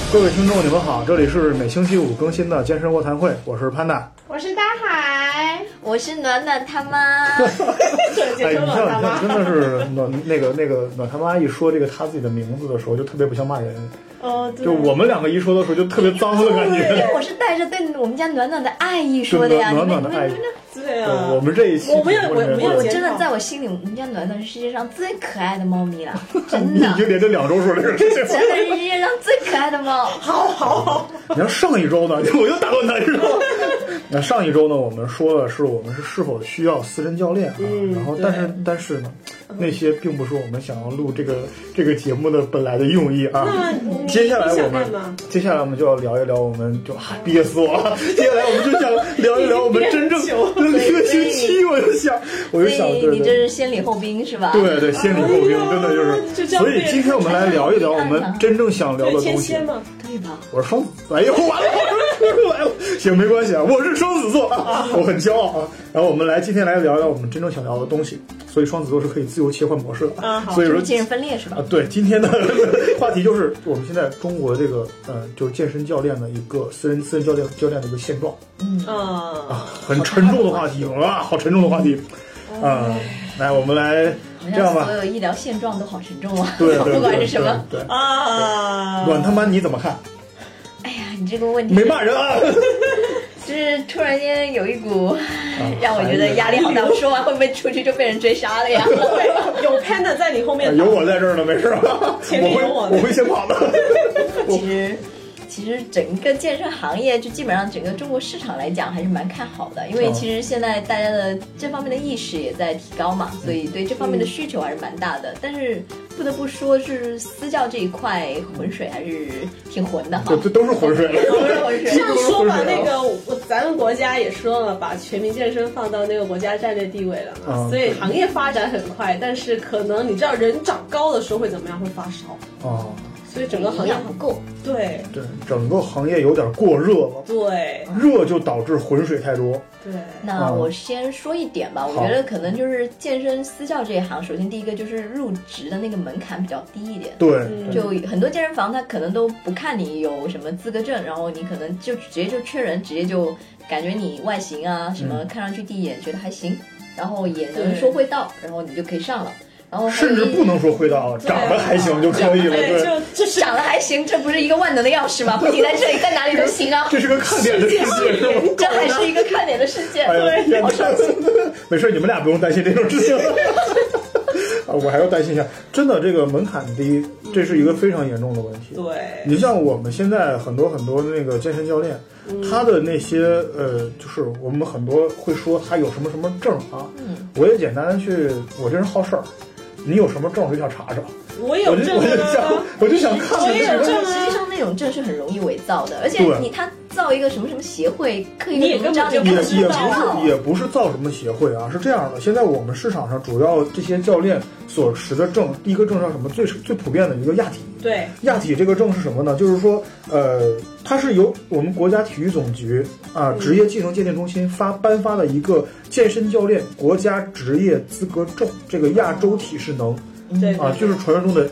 各位听众，你们好，这里是每星期五更新的健身卧谈会，我是潘达， 我是大海， 我是暖暖他妈。 哎，你看，真的是暖他妈一说这个他自己的名字的时候，就特别不像骂人。 哦，对， 就我们两个一说的时候，就特别脏的感觉。 对，我是带着对我们家暖暖的爱意说的呀， 暖暖的爱意。 对啊， 我们这一期， 我真的在我心里，我们家暖暖是世界上最可爱的猫咪了，真的。 你已经连着2周说这个事情， 真的是世界上最可爱的猫。 好。 你要上一周呢，我又打断他，知道吗？那上一周呢，我们说的是我们是否需要私人教练啊，然后但是呢，那些并不是我们想要录这个节目的本来的用意啊。接下来我们就要聊一聊，我们就憋死我了。接下来我们就想聊一聊我们真正1个星期，我就想，对， 你这是先礼后兵是吧？ 对，先礼后兵，真的就是。所以今天我们来聊一聊我们真正想聊的东西。 可以吧？ 我是双子，哎呦，完了，行，没关系啊，我是双子座啊，我很骄傲啊。然后我们今天来聊一聊我们真正想聊的东西。所以双子座是可以自由切换模式的啊。 所以说精神分裂是吧？ 对，今天的话题就是我们现在中国这个就是健身教练的一个私人教练的一个现状。很沉重的话题啊，好沉重的话题来，我们来这样吧。 所有医疗现状都好沉重啊。 对， 不管是什么。 对啊。暖他妈你怎么看？ 哎呀，你这个问题没骂人啊。 就是突然间有一股让我觉得压力好大，我说完会不会出去就被人追杀了呀？ 有 Panda 在你后面， 有我在这儿呢，没事吧？ 前面有我会先跑的。 其实整个健身行业，就基本上整个中国市场来讲还是蛮看好的，因为其实现在大家的这方面的意识也在提高嘛，所以对这方面的需求还是蛮大的。但是不得不说，是私教这一块浑水还是挺浑的哈。 这都是浑水， 都是浑水。 这样说吧，咱们国家也说了，把全民健身放到那个国家战略地位了嘛，所以行业发展很快，但是可能你知道人长高的时候会怎么样？会发烧啊。所以整个行业不够， 对， 整个行业有点过热了， 对， 热就导致浑水太多。 对， 那我先说一点吧，我觉得可能就是健身私教这一行，首先第一个就是入职的那个门槛比较低一点， 对， 就很多健身房他可能都不看你有什么资格证，然后你可能就直接就缺人，直接就感觉你外形啊什么看上去第一眼觉得还行，然后也能说会道，然后你就可以上了。然后甚至不能说会道，长得还行就可以了。对， 就长得还行，这不是一个万能的钥匙吗？不停在这里，在哪里都行啊。 这是个看点的世界， 这还是一个看点的世界。 对， 好伤心。 没事，你们俩不用担心这种事情。我还要担心一下，真的这个门槛低，这是一个非常严重的问题。 对， 你像我们现在很多那个健身教练，他的那些就是我们很多会说他有什么什么证啊，我也简单去，我这人好事儿。你有什么证我就想查查， 我有证我就想看。 实际上那种证是很容易伪造的，而且他造一个什么什么协会，刻意的章也不是造什么协会啊，是这样的。现在我们市场上主要这些教练所持的证，第一个证叫什么？最普遍的一个亚体。 对， 亚体这个证是什么呢？就是说，它是由我们国家体育总局职业技能鉴定中心颁发的一个健身教练国家职业资格证，这个亚洲体适能，就是传说中的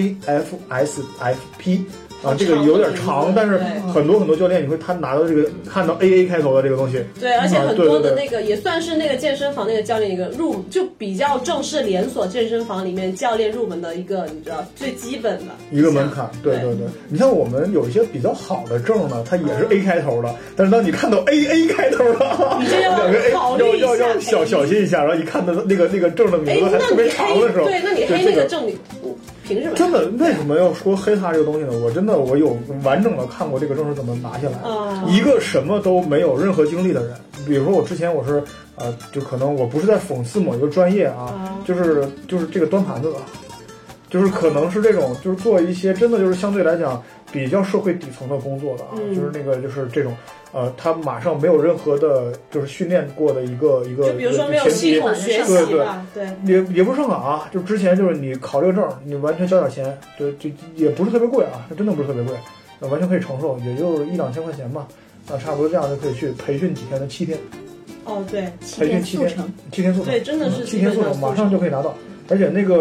AAFSFP。这个有点长，但是很多教练你会拿到这个看到 AA 开头的这个东西， 对，而且很多的那个也算是那个健身房那个教练一个就比较正式连锁健身房里面教练入门的一个你知道最基本的一个门槛，对。你像我们有一些比较好的证呢，它也是 A 开头的，但是当你看到 AA 开头的， 你就要考虑一下， 要小心一下，然后一看到那个证的名字还特别长的时候， 对，那你黑那个证你。凭什么？ 真的，为什么要说黑他这个东西呢？我有完整的看过这个证是怎么拿下来的。一个什么都没有任何经历的人，比如说我之前我是就可能我不是在讽刺某一个专业啊，就是这个端盘子的，就是可能是这种就是做一些真的就是相对来讲比较社会底层的工作的啊，就是那个就是这种。他马上没有任何的，就是训练过的一个， 就比如说没有系统学习吧，对， 也不是上岗啊，就之前就是你考这个证，你完全交点钱，就也不是特别贵啊，真的不是特别贵，完全可以承受，也就是1-2千块钱吧，差不多这样就可以去培训几天的7天。 哦，对， 培训7天速成， 对，真的是 7天速成，马上就可以拿到，而且那个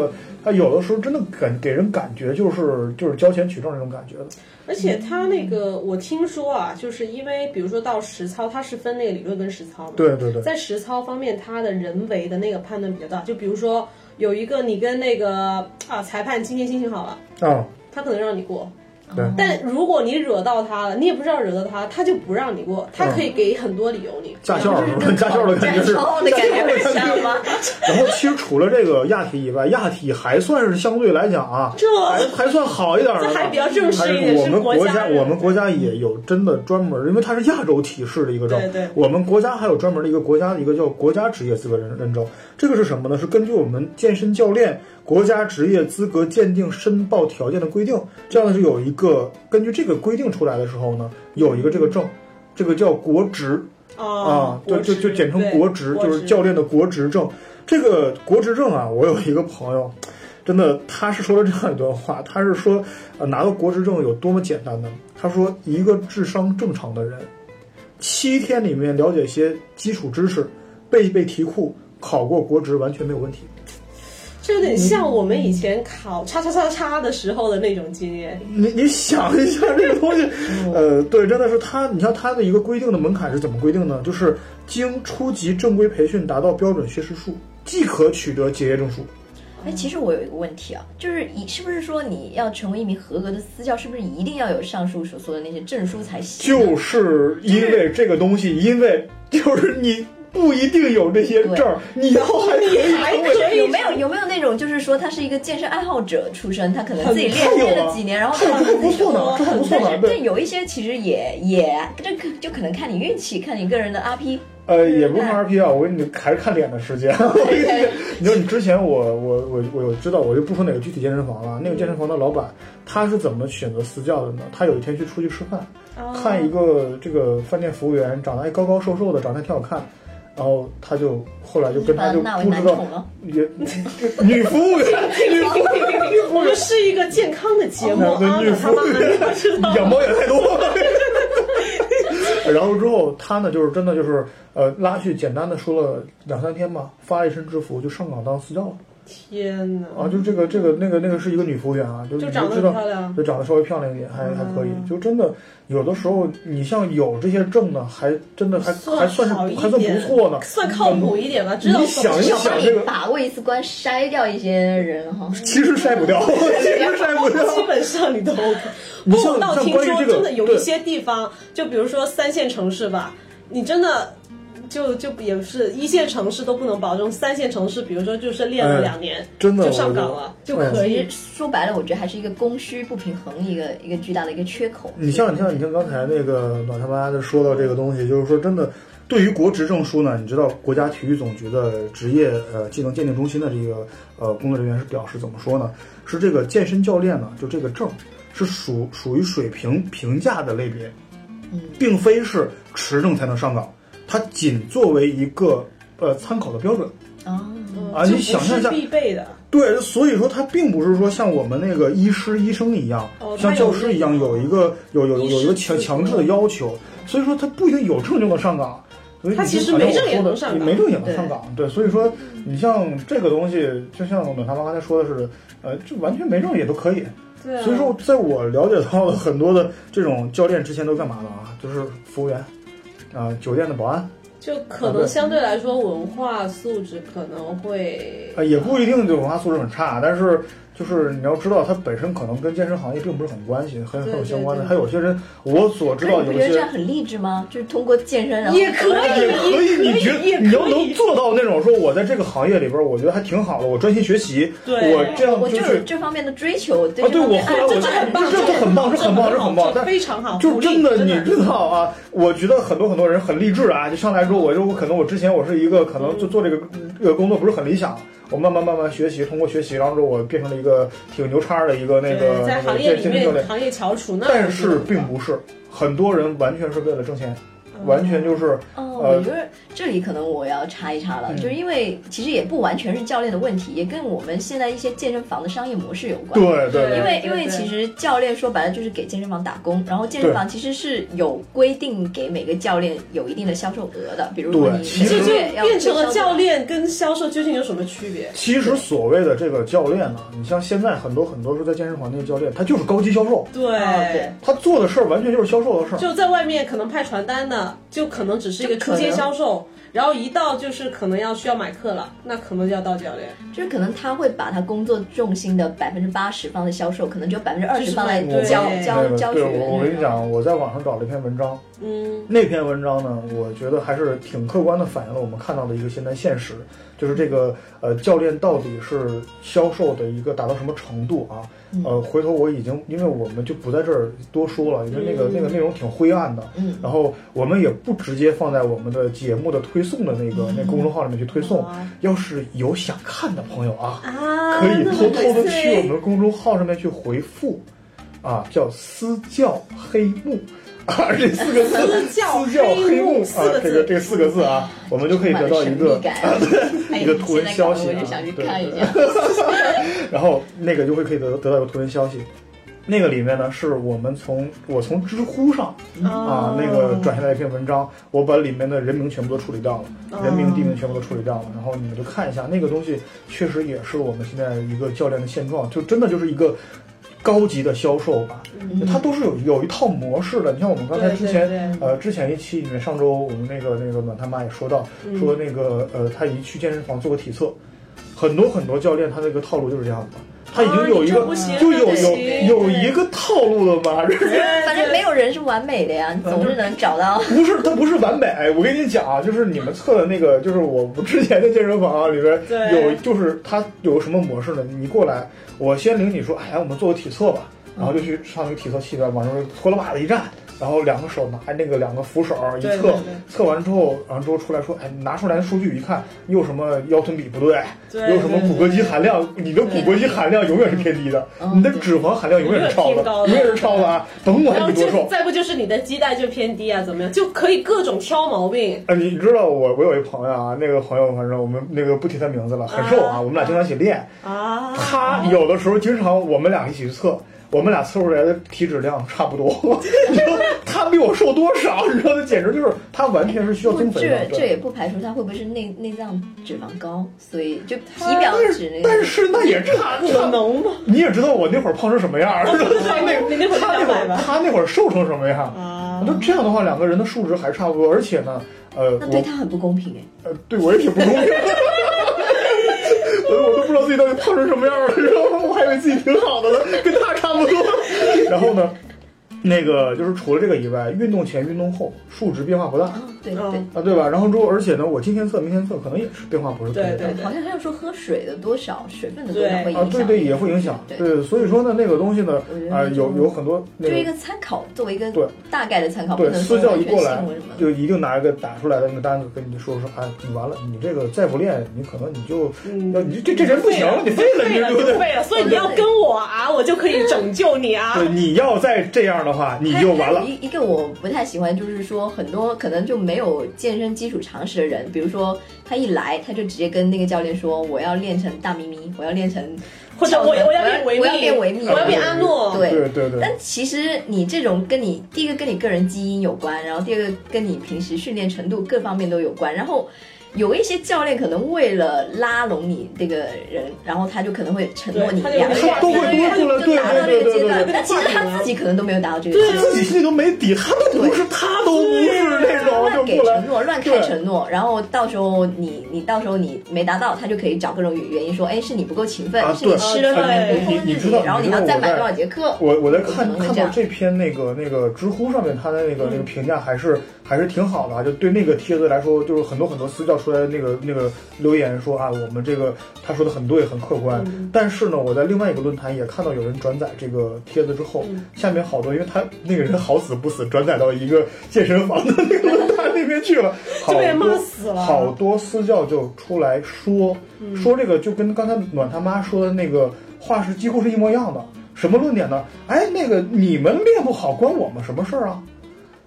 他有的时候真的给人感觉就是交钱取证这种感觉的。 而且他那个我听说啊，就是因为比如说到实操，它是分那个理论跟实操嘛。 对对对。在实操方面，它的人为的那个判断比较大。就比如说有一个你跟那个裁判今天心情好了啊，他可能让你过。 对， 但如果你惹到他了，你也不知道惹到他，他就不让你过，他可以给很多理由你。 驾校的感觉是像吗？ 然后其实除了这个亚体以外，亚体还算是相对来讲啊， 这还算好一点的， 这还比较正式一点。 我们国家也有真的专门，因为它是亚洲体式的一个证。 对， 我们国家还有专门的一个国家的一个叫国家职业资格认证。这个是什么呢？是根据我们健身教练国家职业资格鉴定申报条件的规定，这样的是有一个根据这个规定出来的时候呢，有一个这个证，这个叫国职对，就简称国职，就是教练的国职证。这个国职证啊，我有一个朋友，真的他是说了这样一段话，他是说拿到国职证有多么简单呢？他说一个智商正常的人，7天里面了解一些基础知识，背一背题库，考过国职完全没有问题。 这有点像我们以前考叉的时候的那种经验。 你想一下这个东西，对，真的是他。你像他的一个规定的门槛是怎么规定呢？就是经初级正规培训达到标准学时数，即可取得结业证书。 其实我有一个问题啊，就是是不是说你要成为一名合格的私教，是不是一定要有上述所说的那些证书才行？ 就是因为这个东西，因为就是你不一定有这些证，你以后还可以。 有没有那种就是说他是一个健身爱好者出身，他可能自己练了几年，然后他不错呢，这不错呢。 但有一些其实也这就可能看你运气，看你个人的 RP。 也不看 RP 啊，我跟你还是看脸的时间。你说你之前我有知道，我就不说哪个具体健身房了。那个健身房的老板他是怎么选择私教的呢？他有一天出去吃饭，看一个这个饭店服务员长得高高瘦瘦的，长得挺好看。然后他就后来就跟他就不知道也女服务员， 我们是一个健康的节目啊， 女服务员养猫也太多了。然后之后他呢，就是真的就是拉去简单的说了2-3天吧，发了一身制服就上岗当私教了。 天哪！ 就这个那个是一个女服务员啊，就长得漂亮， 就长得稍微漂亮一点，还可以。就真的有的时候，你像有这些证呢，还真的还算不错呢， 算靠谱一点吧。知道你想一想这个， 把过一次关，筛掉一些人哈。 其实筛不掉， 基本上你都 OK。不过我倒听说，真的有一些地方，就比如说3线城市吧，你真的。就也是1线城市都不能保证，3线城市比如说就是练了2年， 真的就上岗了就可以。 说白了，我觉得还是一个供需不平衡，一个巨大的一个缺口。 你像刚才那个暖他妈的说到这个东西，就是说真的，对于国职证书呢，你知道国家体育总局的职业技能鉴定中心的这个工作人员是表示怎么说呢？是这个健身教练呢，就这个证是属于水平评价的类别，并非是持证才能上岗。它仅作为一个参考的标准你想象一下， 必备的。 对，所以说它并不是说像我们那个医生一样，像教师一样有一个强制的要求，所以说它不一定有证就能上岗。所以它其实没证也能上岗， 没证也能上岗。对，所以说你像这个东西，就像暖他妈刚才说的是，这完全没证也都可以。 对、 所以说，在我了解到的很多的这种教练之前都干嘛的啊？就是服务员。酒店的保安， 就可能相对来说文化素质可能会也不一定就文化素质很差，但是就是你要知道，它本身可能跟健身行业并不是很关系，很有相关的。还有些人，我所知道有些， 你不觉得这样很励志吗？就是通过健身，然后也可以， 你觉得你要能做到那种说，我在这个行业里边，我觉得还挺好的，我专心学习，我这样我就有这方面的追求。 对，我后来我这很棒， 这很棒，这很棒，这很棒，但非常好。 就真的你知道啊，我觉得很多人很励志啊，就上来之后，我可能我之前我是一个可能就做这个工作不是很理想。我慢慢学习，通过学习，然后之后我变成了一个挺牛叉的一个那个在行业里面行业翘楚呢。 但是并不是很多人完全是为了挣钱，完全就是我觉得这里可能我要插一插了，就是因为其实也不完全是教练的问题，也跟我们现在一些健身房的商业模式有关。 对， 因为其实教练说白了就是给健身房打工，然后健身房其实是有规定给每个教练有一定的销售额的，比如说你这就变成了教练跟销售究竟有什么区别？ 其实所谓的这个教练呢，你像现在很多是在健身房那个教练，他就是高级销售， 对， 他做的事儿完全就是销售的事儿。 就在外面可能派传单的，就可能只是一个出街销售，然后一到就是可能需要买课了，那可能就要到教练， 就是可能他会把他工作重心的80%放在销售，可能就20%放在教学员。 我跟你讲，我在网上找了一篇文章，那篇文章呢，我觉得还是挺客观的反映了我们看到的一个现在现实，就是这个教练到底是销售的一个达到什么程度啊？回头我已经，因为我们就不在这儿多说了，因为那个内容挺灰暗的，然后我们也不直接放在我们的节目的推送的那公众号里面去推送。要是有想看的朋友啊，可以偷偷的去我们公众号上面去回复，叫私教黑幕。这4个字，私教黑幕这4个字啊，我们就可以得到一个一个图文消息， 我就想去看一下。 然后那个就会可以得到一个图文消息，那个里面呢是我从知乎上那个转下来一篇文章，我把里面的人名全部都处理掉了，人名地名全部都处理掉了，然后你们就看一下那个东西，确实也是我们现在一个教练的现状，就真的就是一个高级的销售吧，它都是有一套模式的。你像我们刚才之前一期里面，上周我们那个暖他妈也说到，说那个他一去健身房做个体测，很多教练他那个套路就是这样的。他已经有一个，就有一个套路了嘛。 反正没有人是完美的呀，你总是能找到。 他不是完美。我跟你讲，就是你们测的那个，就是我之前的健身房里边就是他有什么模式呢？你过来，我先领你说，我们做个体测吧，然后就去上那个体测器边，往上脱了袜子一站。然后2个手拿那个2个扶手一测，测完之后，然后出来说，拿出来的数据一看，又什么腰臀比不对，又什么骨骼肌含量，你的骨骼肌含量永远是偏低的，你的脂肪含量永远是超的，永远是超的啊！甭管你多瘦， 再不就是你的基带就偏低啊，怎么样，就可以各种挑毛病。 你知道我有一朋友啊，那个朋友反正我们那个不提他名字了，很瘦啊，我们俩经常一起练啊，他有的时候经常我们俩一起去测。我们俩测出来的体脂量差不多，你说他比我瘦多少？你知道，简直就是他完全是需要增肥的。 这也不排除他会不会是内脏脂肪高，所以就体表脂那个。 但是那也差可能吗？ 你也知道我那会儿胖成什么样，他那会儿瘦成什么样啊？ 就这样的话，2个人的数值还差不多，而且呢， 那对他很不公平哎。 对我也挺不公平的。我都不知道自己到底胖成什么样了，然后我还以为自己挺好的呢，跟他差不多。然后呢，那个就是除了这个以外，运动前、运动后数值变化不大。对吧？然后而且呢，我今天测、明天测，可能也是变化不是特别大。 对，好像还有说喝水的多少、水分的多少会影响。 对，也会影响。对，所以说呢，那个东西呢，有很多就一个参考，作为一个大概的参考。 对，私教一过来就一定拿一个打出来的那个单子跟你说，你完了，你这个再不练，你可能你这人不行了，你废了， 你废了。所以你要跟我我就可以拯救你啊。 对，你要再这样的话，你就完了。 一个我不太喜欢，就是说很多可能就没有健身基础常识的人，比如说他一来他就直接跟那个教练说，我要练成大咪咪，我要练成， 或者我要练维密， 我要变阿诺。 对。 但其实你这种第一个跟你个人基因有关，然后第二个跟你平时训练程度各方面都有关，然后。有一些教练可能为了拉拢你这个人，然后他就可能会承诺你2个月都会多出来， 达到这个阶段，但其实他自己可能都没有达到这个阶段， 自己心里都没底，他都不是那种乱给承诺、乱开承诺，然后到时候你到时候你没达到，他就可以找各种原因说，是你不够勤奋，是你吃了你知道， 然后你要再买多少节课。 我在看到这篇那个知乎上面他的那个评价还是挺好的，就对那个帖子来说，就是很多私教出来那个留言说我们这个他说的很对，很客观。但是呢，我在另外一个论坛也看到有人转载这个帖子之后，下面好多，因为他那个人好死不死转载到一个健身房的那个论坛那边去了，好多私教就出来说这个，就跟刚才暖他妈说的那个话是几乎是一模一样的。什么论点呢？那个你们练不好关我们什么事儿啊？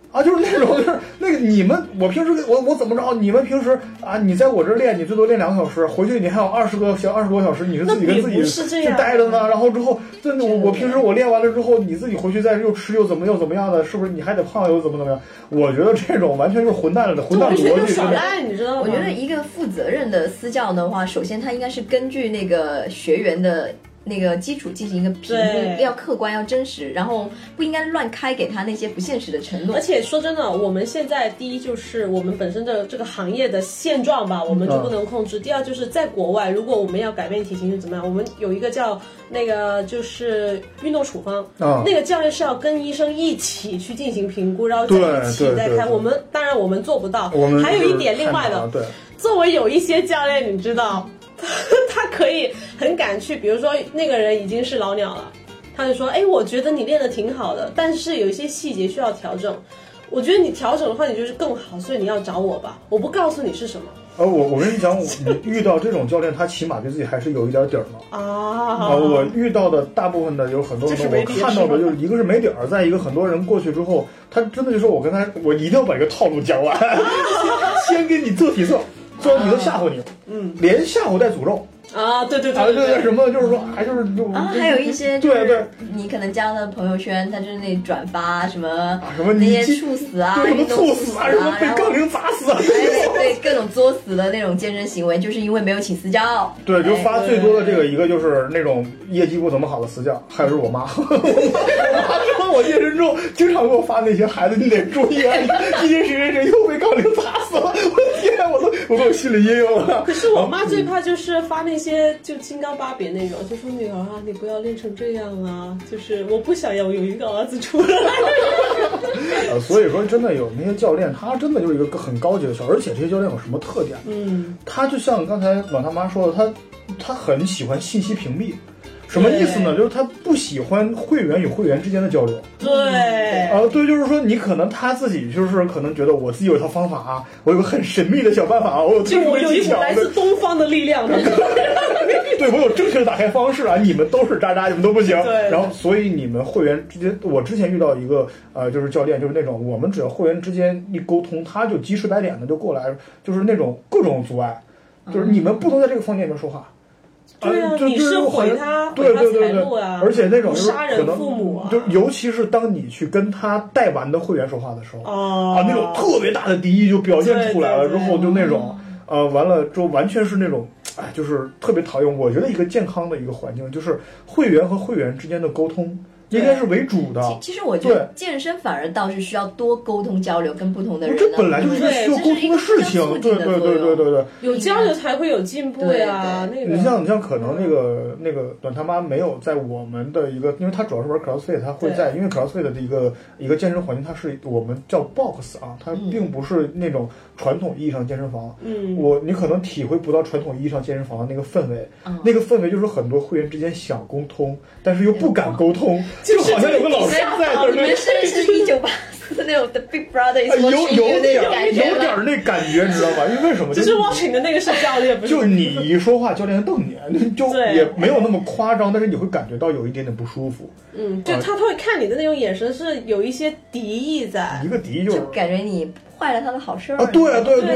啊，就是那种，就是那个你们，我平时我怎么着？你们平时啊，你在我这练，你最多练2个小时，回去你还有20多小时，你是自己跟自己去待着呢。然后之后，我平时我练完了之后，你自己回去再又吃又怎么样的，是不是？你还得胖又怎么样？我觉得这种完全就是混蛋的逻辑。 耍赖，你知道吗？ 我觉得一个负责任的私教的话，首先他应该是根据那个学员的那个基础进行一个评估，要客观要真实，然后不应该乱开给他那些不现实的承诺。 而且说真的，我们现在第一就是我们本身的这个行业的现状吧，我们就不能控制。第二就是在国外，如果我们要改变体型是怎么样，我们有一个叫那个就是运动处方，那个教练是要跟医生一起去进行评估，然后在一起再开。我们当然我们做不到。还有一点另外的，作为有一些教练，你知道。他可以很敢去，比如说那个人已经是老鸟了，他就说，我觉得你练得挺好的，但是有一些细节需要调整，我觉得你调整的话你就是更好，所以你要找我吧，我不告诉你是什么。 我跟你讲，你遇到这种教练，他起码对自己还是有一点底儿嘛。我遇到的大部分的有很多人，我看到的就是一个是没底儿，再一个很多人过去之后，他真的就说我一定要把这个套路讲完，先给你做体测。做完体测吓唬你，连吓唬带诅咒啊，对， 什么就是说，还就是还有一些对， 你可能加了朋友圈，他就是那转发什么那些猝死啊， 什么猝死啊，什么被杠铃砸死啊， 对各种作死的那种健身行为，就是因为没有请私教。 对，就发最多的这个一个就是那种业绩不怎么好的私教，还有就是我妈，我健身之后经常给我发那些孩子，你得注意啊，今天谁又被杠铃砸死了，我天，我都有心理阴影了。 可是我妈最怕就是发那些就金刚芭比那种，就说女儿啊，你不要练成这样啊，就是我不想要有一个儿子出来。 所以说真的有那些教练，他真的就是一个很高级的而且这些教练有什么特点？他就像刚才老他妈说的，他很喜欢信息屏蔽。什么意思呢？就是他不喜欢会员与会员之间的交流。 对， 就是说你可能他自己就是可能觉得我自己有一套方法啊，我有个很神秘的小办法啊，我有就我有一股来自东方的力量。 对，我有正确的打开方式啊，你们都是渣渣，你们都不行。 对。 然后，所以你们会员之间，我之前遇到一个就是教练，就是那种我们只要会员之间一沟通，他就鸡翅白脸的就过来，就是那种各种阻碍，就是你们不能在这个房间里面说话。 对啊，你是毁他对， 财路啊， 而且那种就是杀人父母啊， 就尤其是当你去跟他带完的会员说话的时候，那种特别大的敌意就表现出来了，之后就那种完了之后完全是那种就是特别讨厌。我觉得一个健康的一个环境就是会员和会员之间的沟通应该是为主的。 其实我觉得健身反而倒是需要多沟通交流，跟不同的人。 这本来就是一个需要沟通的事情，对， 有交流才会有进步呀。那个你像可能那个短他妈没有在我们的一个，因为他主要是玩 CrossFit， 他会在因为 CrossFit 的一个健身环境，它是我们叫 box 啊，它并不是那种传统意义上健身房。你可能体会不到传统意义上健身房的那个氛围，那个氛围就是很多会员之间想沟通，但是又不敢沟通。就好像有个老师在这儿， 你们是1984那种的 Big Brother， 有点那感觉，你知道吧？因为为什么？ 就是 watching 的那个是教练，不是？ 就你一说话，教练瞪你，就也没有那么夸张，但是你会感觉到有一点点不舒服。 就他会看你的那种眼神是有一些敌意在， 一个敌意就感觉你坏了他的好事啊！对，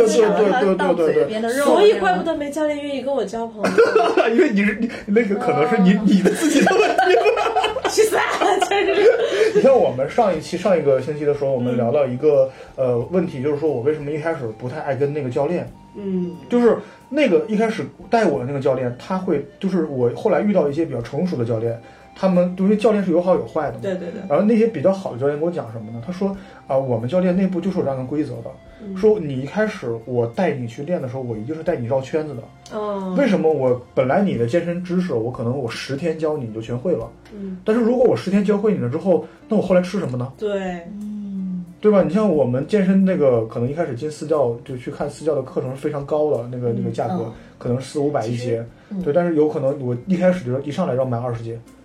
所以怪不得没教练愿意跟我交朋友， 因为你那个可能是你的自己的问题。 去死啊！ 你像我们上一个星期的时候，我们聊到一个问题，就是说我为什么一开始不太爱跟那个教练。就是那个一开始带我的那个教练，他会就是我后来遇到一些比较成熟的教练，他们因为教练是有好有坏的嘛。 对。 然后那些比较好的教练跟我讲什么呢？他说我们教练内部就是有这样的规则的，说你一开始我带你去练的时候，我一定是带你绕圈子的。为什么？我本来你的健身知识，我可能我10天教你就全会了。但是如果我10天教会你了之后，那我后来吃什么呢？对吧？你像我们健身那个，可能一开始进私教就去看私教的课程是非常高的，那个价格可能400-500一节。对，但是有可能我一开始就一上来要买20节。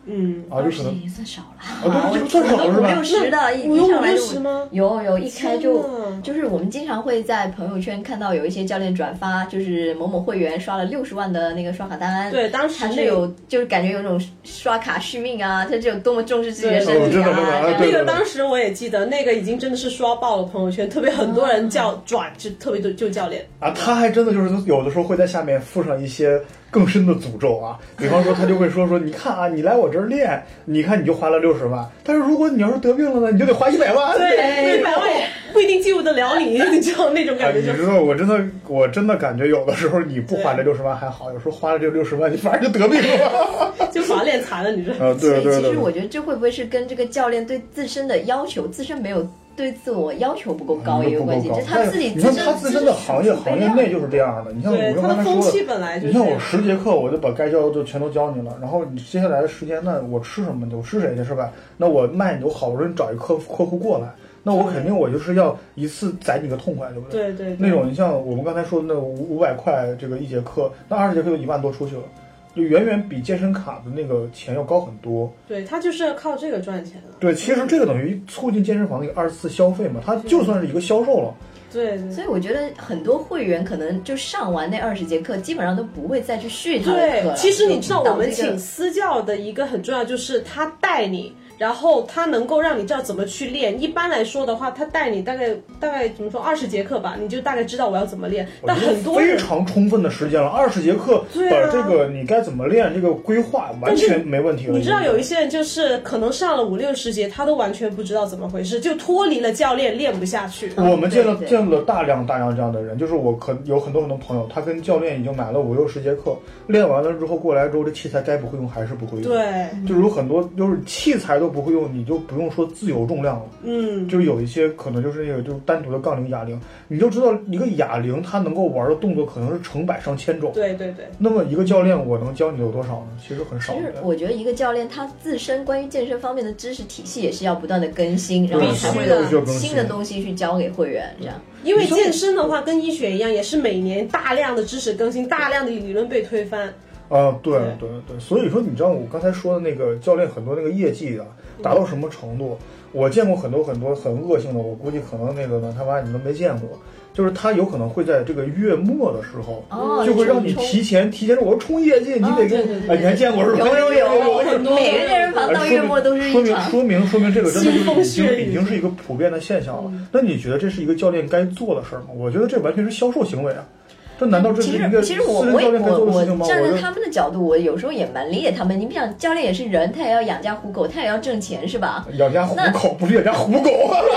就可能已经算少了对，算少了是吧 ？50的， 有50吗？ 有，一开就是我们经常会在朋友圈看到有一些教练转发，就是某某会员刷了60万的那个刷卡单。 对，当时他是就是感觉有种刷卡续命啊，他这有多么重视自己的身体啊。 那个当时我也记得，那个已经真的是刷爆了朋友圈，特别很多人转，就特别就教练啊，他还真的就是有的时候会在下面附上一些更深的诅咒啊，比方说他就会说你看啊，你来我这儿练，你看你就花了60万，但是如果你要是得病了呢，你就得花100万。 对，100万不一定救得了你，你知道那种感觉。 你知道，我真的感觉有的时候你不花这60万还好，有时候花了这60万，你反而就得病了， 就把练残了，你知道。 对。 其实我觉得这会不会是跟这个教练对自身的要求，自身没有对自我要求不够高也有关系，就他自己你看他自身的行业内就是这样的。你像我刚才说的， 你像我10节课我就把该教的就全都教你了，然后你接下来的时间，那我吃什么我吃谁去是吧？那我卖你，我好不容易找一客户过来，那我肯定我就是要一次宰你个痛快，对不对？对。 那种你像我们刚才说的那500块这个1节课，那20节课就1万多出去了。就远远比健身卡的那个钱要高很多。 对，他就是要靠这个赚钱的。 对，其实这个等于促进健身房的一个2次消费嘛，它就算是一个销售了。 对， 所以我觉得很多会员可能就上完那20节课，基本上都不会再去续他的课了。 对，其实你知道我们请私教的一个很重要，就是他带你。然后他能够让你知道怎么去练。一般来说的话，他带你大概怎么说20节课吧，你就大概知道我要怎么练。但很多非常充分的时间了，20节课把这个你该怎么练这个规划完全没问题了。 你知道有一些人就是可能上了50-60节，他都完全不知道怎么回事，就脱离了教练练不下去。 我们见了大量这样的人，就是我有很多朋友，他跟教练已经买了50-60节课，练完了之后过来之后，这器材该不会用还是不会用。 对， 就是有很多就是器材都不会用，你就不用说自由重量了。就是有一些可能就是那个就是单独的杠铃、哑铃，你就知道一个哑铃它能够玩的动作可能是成百上千种。 对。 那么一个教练我能教你有多少呢？其实很少。 其实我觉得一个教练他自身关于健身方面的知识体系也是要不断的更新，然后才会有新的东西去教给会员这样。 因为健身的话跟医学一样，也是每年大量的知识更新，大量的理论被推翻。 对，所以说你知道我刚才说的那个教练很多那个业绩啊，达到什么程度？我见过很多很恶性的，我估计可能那个呢，他妈你们没见过，就是他有可能会在这个月末的时候，就会让你提前我要冲业绩，你得跟你还见过是吧？ 有很多，每个健身房到月末都是一场。 说明这个真的就是已经是一个普遍的现象了。那你觉得这是一个教练该做的事儿吗？我觉得这完全是销售行为啊。这难道这是一个其实我站在他们的角度，我有时候也蛮理解他们。你想，教练也是人，他也要养家糊口，他也要挣钱，是吧？ 养家糊口不是养家糊狗。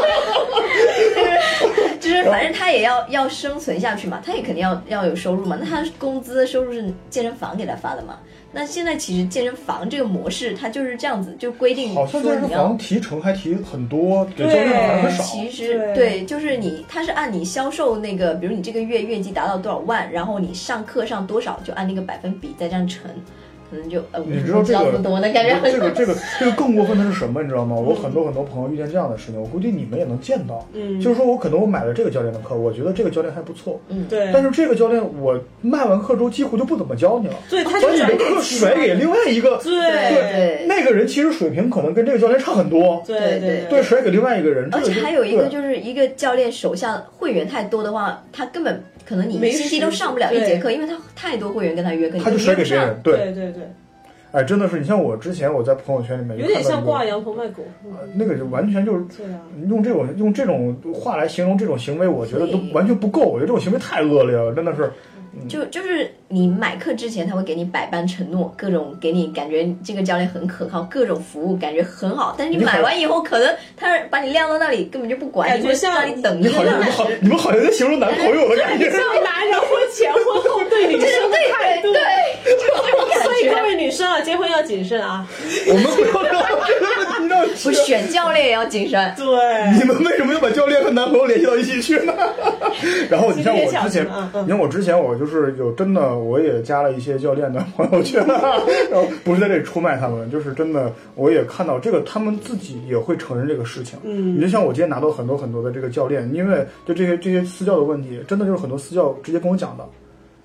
就是反正他也要生存下去嘛，他也肯定要有收入嘛。那他工资收入是健身房给他发的嘛？那现在其实健身房这个模式，它就是这样子，就规定好像健身房提成还提很多，给教练还很少。 其实对，就是他是按你销售那个，比如你这个月月绩达到多少万，然后你上课上多少，就按那个百分比再这样乘。可能就你知道这个多呢，感觉这个更过分的是什么？你知道吗？我很多朋友遇见这样的事情，我估计你们也能见到。就是说我可能我买了这个教练的课，我觉得这个教练还不错。 对。 但是这个教练我卖完课之后几乎就不怎么教你了， 对，他把你的课甩给另外一个。 对。 那个人其实水平可能跟这个教练差很多。 对， 甩给另外一个人。 而且还有一个就是一个教练手下会员太多的话，他根本可能你星期都上不了1节课，因为他太多会员跟他约课， 他就甩给别人。 对。 哎，真的是，你像我之前我在朋友圈里面有点像挂羊头卖狗， 那个就完全就是用这种话来形容这种行为，我觉得都完全不够。我觉得这种行为太恶劣了，真的是。 就是你买课之前，他会给你百般承诺，各种给你感觉这个教练很可靠，各种服务感觉很好。但是你买完以后，可能他把你晾到那里，根本就不管， 感觉像让你等一个小时。 你们好像在形容男朋友的感觉， 像男人婚前婚后对女生的态度。所以各位女生啊，结婚要谨慎啊。 我们不要不选教练也要谨慎。 对。 你们为什么要把教练和男朋友联系到一起去呢？然后你像我之前我就是真的我也加了一些教练的朋友圈，然后不是在这里出卖他们，就是真的我也看到这个他们自己也会承认这个事情。你就像我今天拿到很多的这个教练，因为就这些私教的问题，真的就是很多私教直接跟我讲的。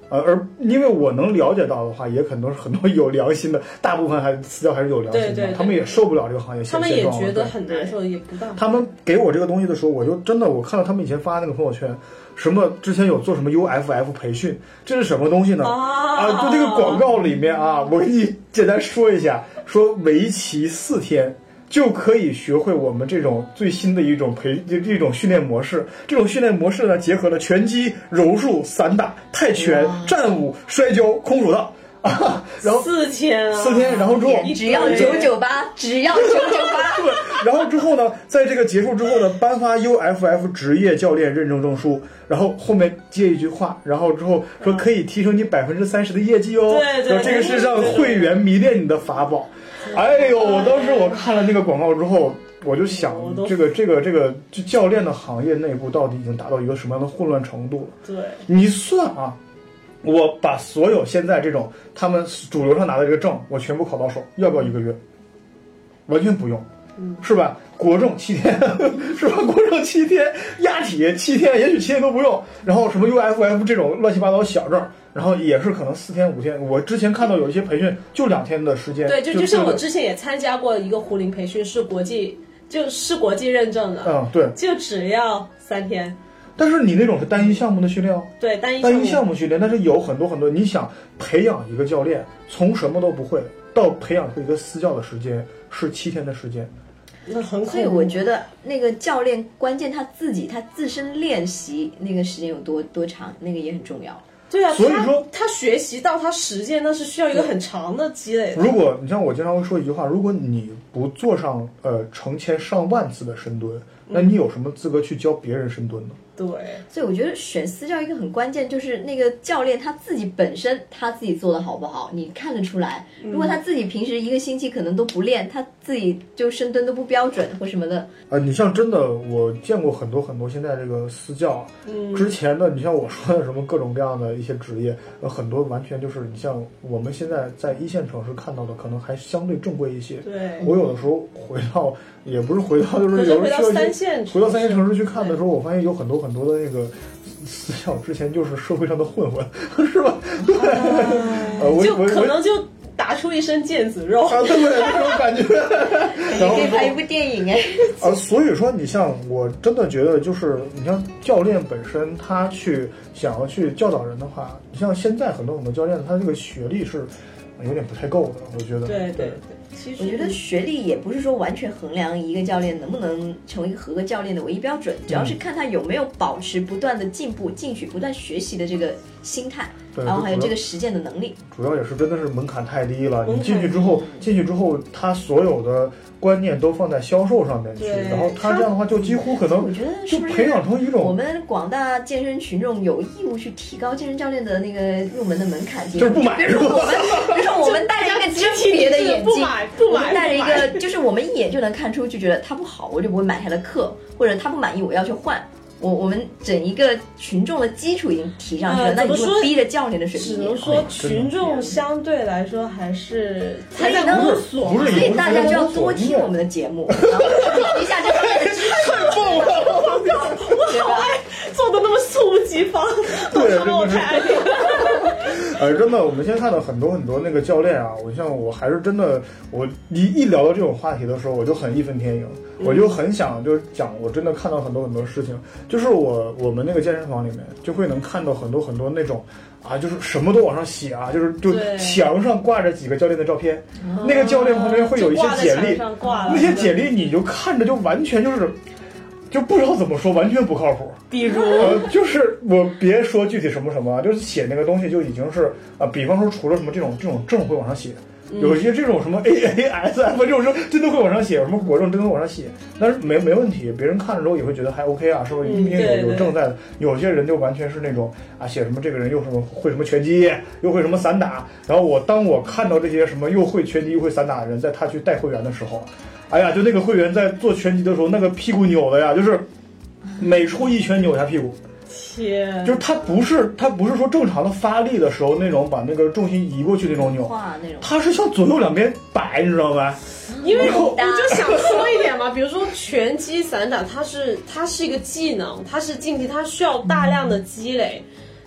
而因为我能了解到的话，也可能是很多有良心的，大部分私教还是有良心的， 对， 他们也受不了这个行业现状， 他们也觉得很难受，也不大。 他们给我这个东西的时候，我就真的我看到他们以前发那个朋友圈，什么之前有做什么 UFF 培训，这是什么东西呢？就这个广告里面啊，我给你简单说一下，说为期4天。就可以学会我们这种最新的一种这种训练模式。这种训练模式呢，结合了拳击、柔术、散打、泰拳、战舞、摔跤、空手道啊。然后 4天， 然后之后只要998，只要998。 对，然后之后呢，在这个结束之后呢，颁发 UFF 职业教练认证证书，然后后面接一句话，然后之后说可以提升你30%的业绩哦。 对， 这个是让会员迷恋你的法宝。哎呦！我当时我看了那个广告之后，我就想，这个教练的行业内部到底已经达到一个什么样的混乱程度了？ 对， 你算啊，我把所有现在这种他们主流上拿的这个证，我全部考到手，要不要1个月？完全不用，是吧？国证7天，是吧？国证7天，压体7天，也许7天都不用。然后什么 UFF 这种乱七八糟小证。然后也是可能4天5天，我之前看到有一些培训就2天的时间。 对，就像我之前也参加过一个胡林培训，是国际认证的。 对， 就只要3天。 但是你那种是单一项目的训练哦。 对，单一项目训练，但是有很多，你想培养一个教练，从什么都不会到培养出一个私教的时间是7天的时间。 那很所以我觉得那个教练关键他自身练习那个时间有多长，那个也很重要。 对啊， 所以说他学习到他实践，那是需要一个很长的积累的。 如果你像我经常会说一句话，如果你不做上成千上万次的深蹲，那你有什么资格去教别人深蹲呢？ 对， 所以我觉得选私教一个很关键，就是那个教练他自己本身他自己做的好不好，你看得出来。如果他自己平时1个星期可能都不练，他自己就深蹲都不标准或什么的。 你像真的，我见过很多现在这个私教，之前的你像我说的什么各种各样的一些职业，很多完全就是你像我们现在在1线城市看到的，可能还相对正规一些。 对， 我有的时候也不是回到，就是有时候回到3线城市去看的时候，我发现有很多的那个私教之前就是社会上的混混，是吧？ 就可能就打出一身腱子肉啊，对，这种感觉。 然后可以拍一部电影哎。 所以说你像我真的觉得，就是你像教练本身，他想要去教导人的话，你像现在很多教练，他这个学历是有点不太够的，我觉得。 对。其实我觉得学历也不是说完全衡量一个教练能不能成为一个合格教练的唯一标准，主要是看他有没有保持不断的进步、进取、不断学习的这个心态，然后还有这个实践的能力。 主要也是真的是门槛太低了，你进去之后，他所有的观念都放在销售上面去，然后他这样的话就几乎可能我觉得就培养成一种我们广大健身群众有义务去提高健身教练的那个入门的门槛， 就是不买。 比如说我们戴着一个甄别的眼镜， 我们戴着一个就是我们一眼就能看出，就觉得他不好，我就不会买他的课，或者他不满意我要去换。我们整一个群众的基础已经提上去了，那你就逼着教练的水平。 只能说群众相对来说还是还在摸索，所以大家就要多听我们的节目，然后提一下这方面的知识。 太棒了！ 我好爱做的那么猝不及防，我太爱了。 真的，我们现在看到很多那个教练啊，我还是真的，我一聊到这种话题的时候，我就很义愤填膺，我就很想就讲，我真的看到很多事情，就是我们那个健身房里面就会能看到很多那种啊，就是什么都往上写啊，就墙上挂着几个教练的照片，那个教练旁边会有一些简历，那些简历你就看着就完全就不知道怎么说，完全不靠谱。 比如， 就是我别说具体什么，就是写那个东西就已经是比方说除了什么这种证会往上写，有一些这种什么 AASF 这种证真的会往上写，什么国证真的会往上写，但是没问题，别人看了之后也会觉得还 OK 啊，是不是？毕竟有证在的。有些人就完全是那种写什么这个人又什么会什么拳击，又会什么散打，然后当我看到这些什么又会拳击又会散打的人，在他去带会员的时候。哎呀，就那个会员在做拳击的时候，那个屁股扭的呀，就是每出一拳扭一下屁股。 天， 就是他不是说正常的发力的时候那种把那个重心移过去那种扭，他是向左右两边摆，你知道吗？ 因为我就想说一点嘛，比如说拳击、散打，它是一个技能，它是竞技，它需要大量的积累。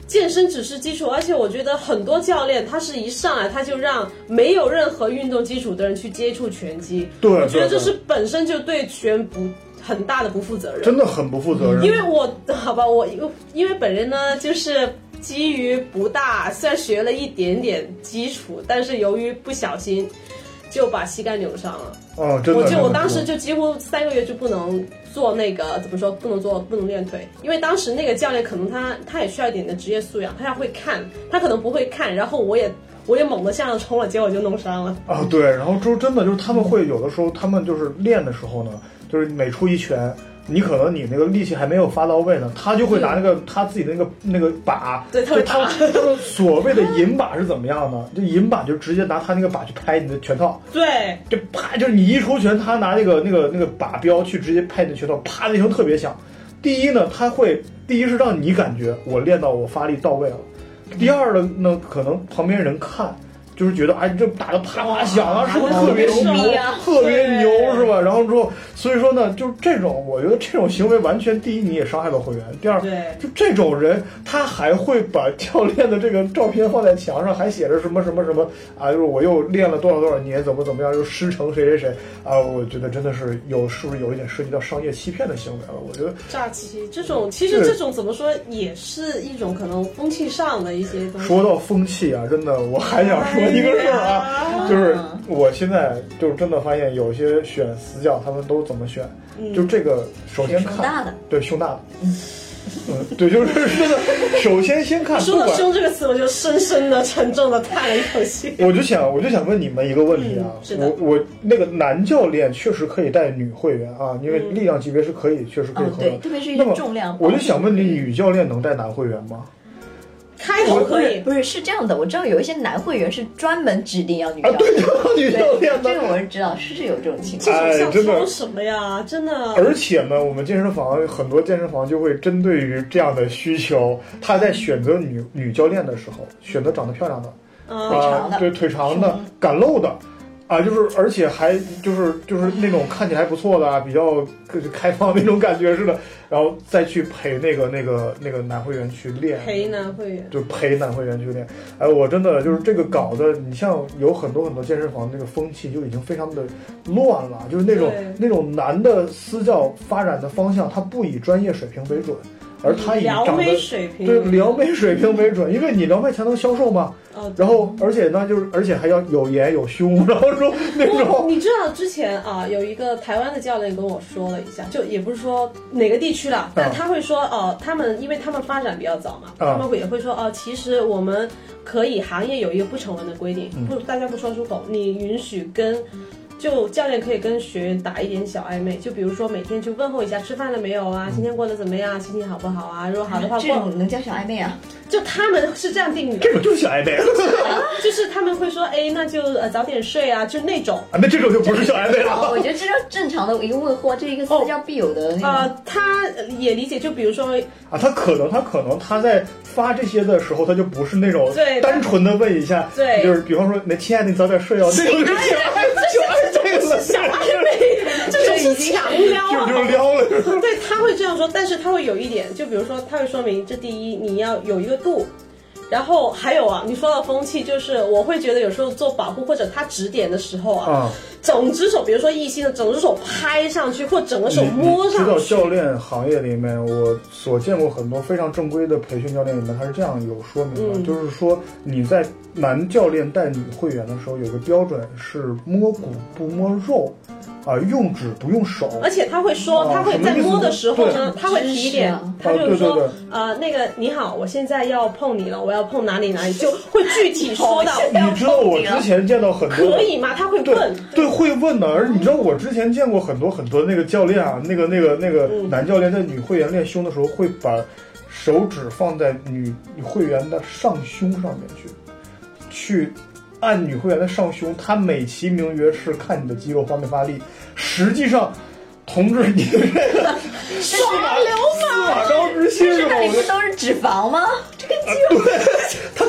健身只是基础，而且我觉得很多教练他是一上来他就让没有任何运动基础的人去接触拳击， 对， 我觉得这是本身就对拳很大的不负责任， 真的很不负责任。 因为我因为本人呢就是基于不大，虽然学了一点点基础，但是由于不小心就把膝盖扭伤了。 哦，真的。 我当时就几乎3个月就不能做那个怎么说，不能练腿，因为当时那个教练可能他也需要一点的职业素养，他要会看，他可能不会看，然后我也猛地向上冲了，结果就弄伤了。 啊，对，然后就真的就是他们会有的时候，他们就是练的时候呢，就是每出一拳。你可能你那个力气还没有发到位呢，他就会拿他自己的那个把， 对，他所谓的银把是怎么样呢？就银把就直接拿他那个把去拍你的拳套， 对， 就啪，就是你一出拳，他拿那个把标去直接拍你的拳套，啪的一声特别响。第一呢，第一是让你感觉我练到我发力到位了，第二呢，可能旁边人看。就是觉得哎，这打得啪啪响啊，是不是特别牛啊，特别牛是吧？然后之后，所以说呢，就是这种，我觉得这种行为完全，第一你也伤害了会员，第二，就这种人他还会把教练的这个照片放在墙上，还写着什么什么什么啊，就是我又练了多少年，怎么样，又师承谁啊，我觉得真的是是不是有一点涉及到商业欺骗的行为了？我觉得诈欺这种，其实这种怎么说，也是一种可能风气上的一些东西。 说到风气啊，真的我还想说一个事儿啊，就是我现在就真的发现有些选死角他们都怎么选，就这个首先看胸大的， 对，胸大的，对，就是真的，首先先看。 说到胸这个词，我就深深的、沉重的叹了一口气。 我就想问你们一个问题啊，我那个男教练确实可以带女会员啊，因为力量级别是确实可以合对，特别是一些重量。 我就想问你，女教练能带男会员吗？ 开头可以， 不是这样的。我知道有一些男会员是专门指定要女教练， 对，女教练这个我是知道，是有这种情况。 这种什么呀？真的。 而且呢，我们健身房很多健身房就会针对于这样的需求，他在选择女教练的时候，选择长得漂亮的， 腿长的， 对，腿长的，敢露的。啊，就是而且还就是那种看起来还不错的，比较开放那种感觉似的，然后再去陪那个男会员去练， 陪男会员， 就陪男会员去练。哎，我真的就是这个搞的，你像有很多健身房那个风气就已经非常的乱了，就是那种男的私教发展的方向，它不以专业水平为准。而他以撩妹水平， 对，撩妹水平为准，因为你撩妹才能销售嘛。然后而且呢，而且还要有颜有胸，然后说那种。 你知道之前啊，有一个台湾的教练跟我说了一下，就也不是说哪个地区了，但他会说因为他们发展比较早嘛，他们也会说其实我们可以行业有一个不成文的规定，大家不说出口，你允许就教练可以跟学员打一点小暧昧，就比如说每天去问候一下吃饭了没有啊，今天过得怎么样，心情好不好啊？如果好的话， 这种能叫小暧昧啊？ 就他们是这样定义的， 这种就是小暧昧， 就是他们会说，哎，那就早点睡啊，就那种啊，那这种就不是小暧昧了。 我觉得这是正常的一个问候，这是一个私教必有的那种。 他也理解，就比如说啊，他可能他在发这些的时候，他就不是那种单纯的问一下， 对， 就是比方说，那亲爱的，你早点睡哦，那种就小暧昧，这种是强撩， 就是撩了。 对，他会这样说，但是他会有一点，就比如说，他会说明这第一，你要有一个度。然后还有啊，你说到风气，就是我会觉得有时候做保护或者他指点的时候啊，整只手，比如说一心的整只手拍上去，或整个手摸上去。 知道教练行业里面，我所见过很多非常正规的培训教练里面，他是这样有说明的，就是说你在男教练带女会员的时候，有个标准是摸骨不摸肉。啊，用指不用手， 而且他会说，他会在摸的时候呢，他会提一点，他就是说，那个你好，我现在要碰你了，我要碰哪里，就会具体说到。 你知道我之前见到很多， 可以吗？他会问， 对，会问的。而你知道我之前见过很多那个教练啊，那个男教练在女会员练胸的时候，会把手指放在女会员的上胸上面去。按女会员的上胸，他美其名曰是看你的肌肉方面发力，实际上，同志，你这个耍流氓， 司马昭之心是吧？ 那里不都是脂肪吗？这个肌肉， 他可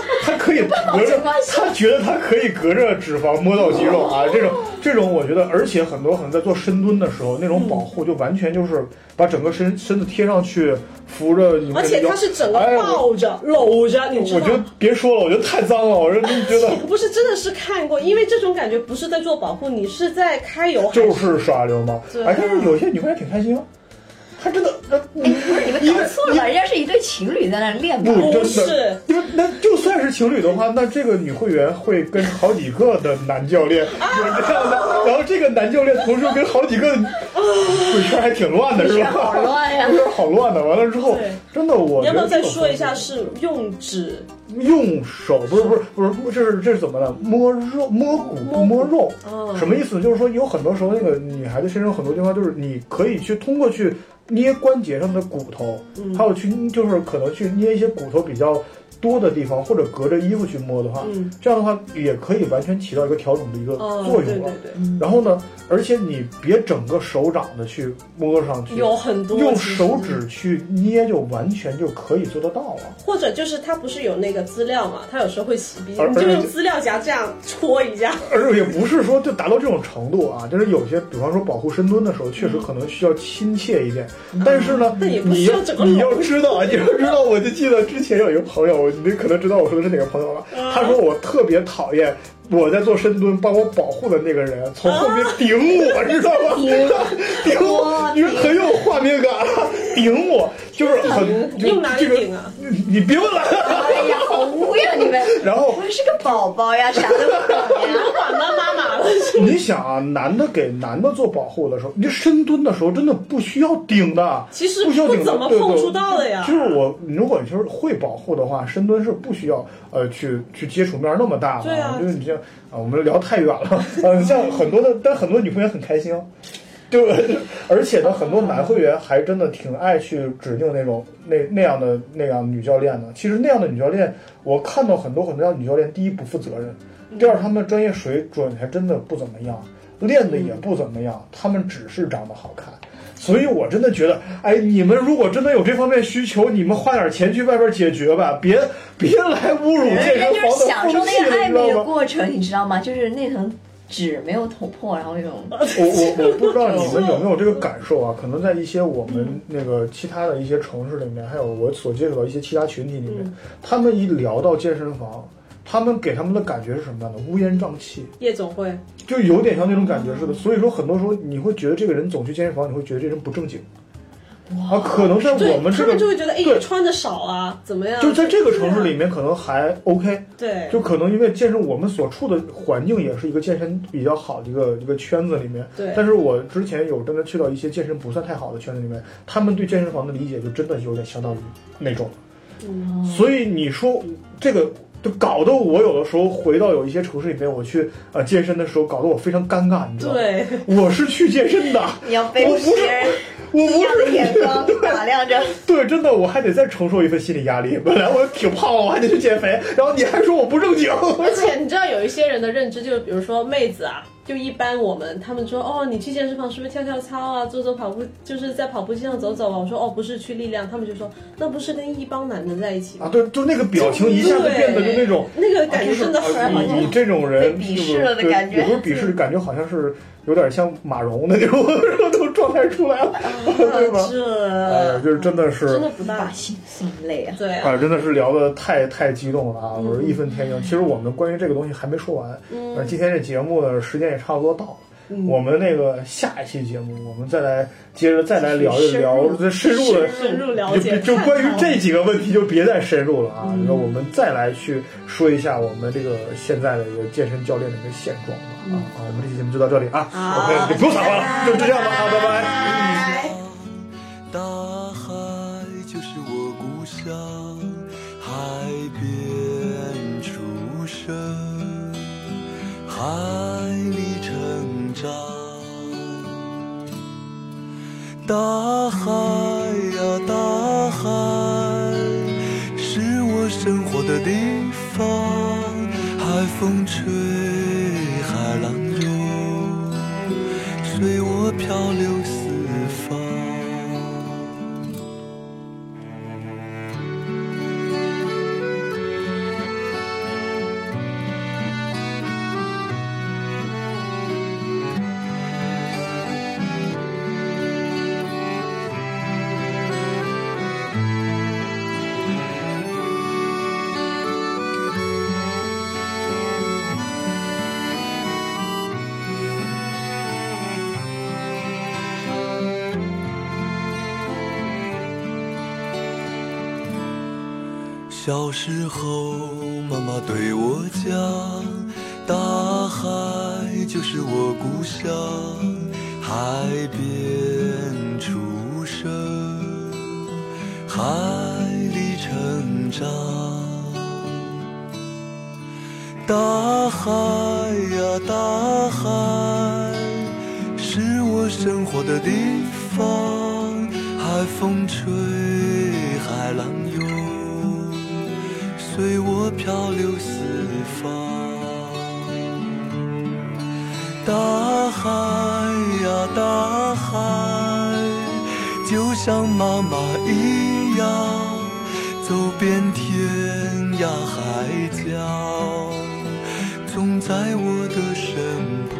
可以隔着，他觉得他可以隔着脂肪摸到肌肉啊，这种我觉得，而且很多可能在做深蹲的时候，那种保护就完全就是把整个身子贴上去，扶着你， 而且它是整个抱着、搂着，你知道吗？ 我觉得别说了，我觉得太脏了，我真觉得不是，真的是看过，因为这种感觉不是在做保护，你是在开油， 就是耍流氓。哎，但是有些女朋友挺开心啊。他真的， 不是你们搞错了吧？人家是一对情侣在那练吧？ 不是，因为那就算是情侣的话，那这个女会员会跟好几个的男教练有这样的，然后这个男教练同时跟好几个鬼圈还挺乱的，是吧？ 好乱呀， 好乱的。完了之后，真的我要不要再说一下是用指？ 用手不是，这是怎么了？摸肉、摸骨、不摸肉，什么意思？就是说有很多时候那个女孩子身上很多地方，就是你可以去通过去捏关节上的骨头，还有去就是可能去捏一些骨头比较多的地方，或者隔着衣服去摸的话，这样的话也可以完全起到一个调整的一个作用了。然后呢，而且你别整个手掌的去摸上去， 有很多用手指去捏就完全就可以做得到了。 或者就是它不是有那个资料嘛，它有时候会洗笔，你就用资料夹这样戳一下。 而且也不是说就达到这种程度啊，就是有些比方说保护深蹲的时候，确实可能需要亲切一点。但是呢，你要知道啊，我就记得之前有一个朋友。你可能知道我说的是哪个朋友了。他说我特别讨厌我在做深蹲帮我保护的那个人从后面顶我，知道吗？顶我，你很有画面感，顶我就是很用哪里顶啊？ 你别问了。 哎呀，好污呀你们！ 然后我是个宝宝呀，啥都不懂呀， 管妈妈了。 你想啊，男的给男的做保护的时候，你深蹲的时候真的不需要顶的， 其实不需要顶的， 怎么碰触到的呀？ 就是如果你就是会保护的话，深蹲是不需要去接触面那么大的。 对啊， 就是你像我们聊太远了。像很多的，但很多女朋友很开心。就而且呢，很多男会员还真的挺爱去指定那样的女教练的。其实那样的女教练，我看到很多这样的女教练，第一不负责任，第二他们的专业水准还真的不怎么样，练的也不怎么样，他们只是长得好看。所以我真的觉得，哎，你们如果真的有这方面需求，你们花点钱去外边解决吧，别来侮辱健身房的风气， 享受那个暧昧的过程，你知道吗？就是那层纸没有捅破，然后那种。 我不知道你们有没有这个感受啊？可能在一些我们那个其他的一些城市里面，还有我所接触到一些其他群体里面，他们一聊到健身房，他们给他们的感觉是什么样的？乌烟瘴气， 夜总会， 就有点像那种感觉似的。所以说，很多时候你会觉得这个人总去健身房，你会觉得这人不正经。啊，可能在我们这个，他们就会觉得，哎，穿的少啊，怎么样？ 就在这个城市里面，可能还 OK。 对， 就可能因为健身，我们所处的环境也是一个健身比较好的一个圈子里面。 对。 但是我之前有真的去到一些健身不算太好的圈子里面，他们对健身房的理解就真的有点相当于那种。所以你说这个。就搞得我有的时候回到有一些城市里面，我去健身的时候，搞得我非常尴尬，你知道吗？ 对， 我是去健身的， 你要被别人异样的眼光打量着。 对，真的，我还得再承受一份心理压力。本来我挺胖，我还得去减肥，然后你还说我不正经。 而且你知道，有一些人的认知，就比如说妹子啊。就一般他们说哦，你去健身房是不是跳跳操啊，做跑步，就是在跑步机上走走啊？我说哦，不是去力量，他们就说那不是跟一帮男的在一起吗？ 啊，对，就那个表情一下子变得就那种那个感觉真的很好， 你这种人被鄙视了的感觉， 也不是鄙视，感觉好像是有点像马蓉的那种状态出来了，对吧？就是真的是真的不大心累啊， 对啊， 真的是聊得太激动了啊！我是义愤填膺。其实我们关于这个东西还没说完，今天这节目的时间也差不多到了。我们那个下一期节目，我们再来聊一聊，深入了解， 就关于这几个问题就别再深入了啊！那我们再来去说一下我们这个现在的一个健身教练的一个现状吧。好，我们这期节目就到这里啊。OK， 你不用撒话了，就这样吧。好，拜拜。 大海就是我故乡，海边出生，海里成长。大海呀大海，是我生活的地方，海风吹，海浪涌，随我漂流四方。 小时候妈妈对我讲，大海就是我故乡，海边出生，海里成长。大海呀大海，是我生活的地方，海风吹，海浪涌，随我漂流四方。大海呀大海，就像妈妈一样，走遍天涯海角，总在我的身旁。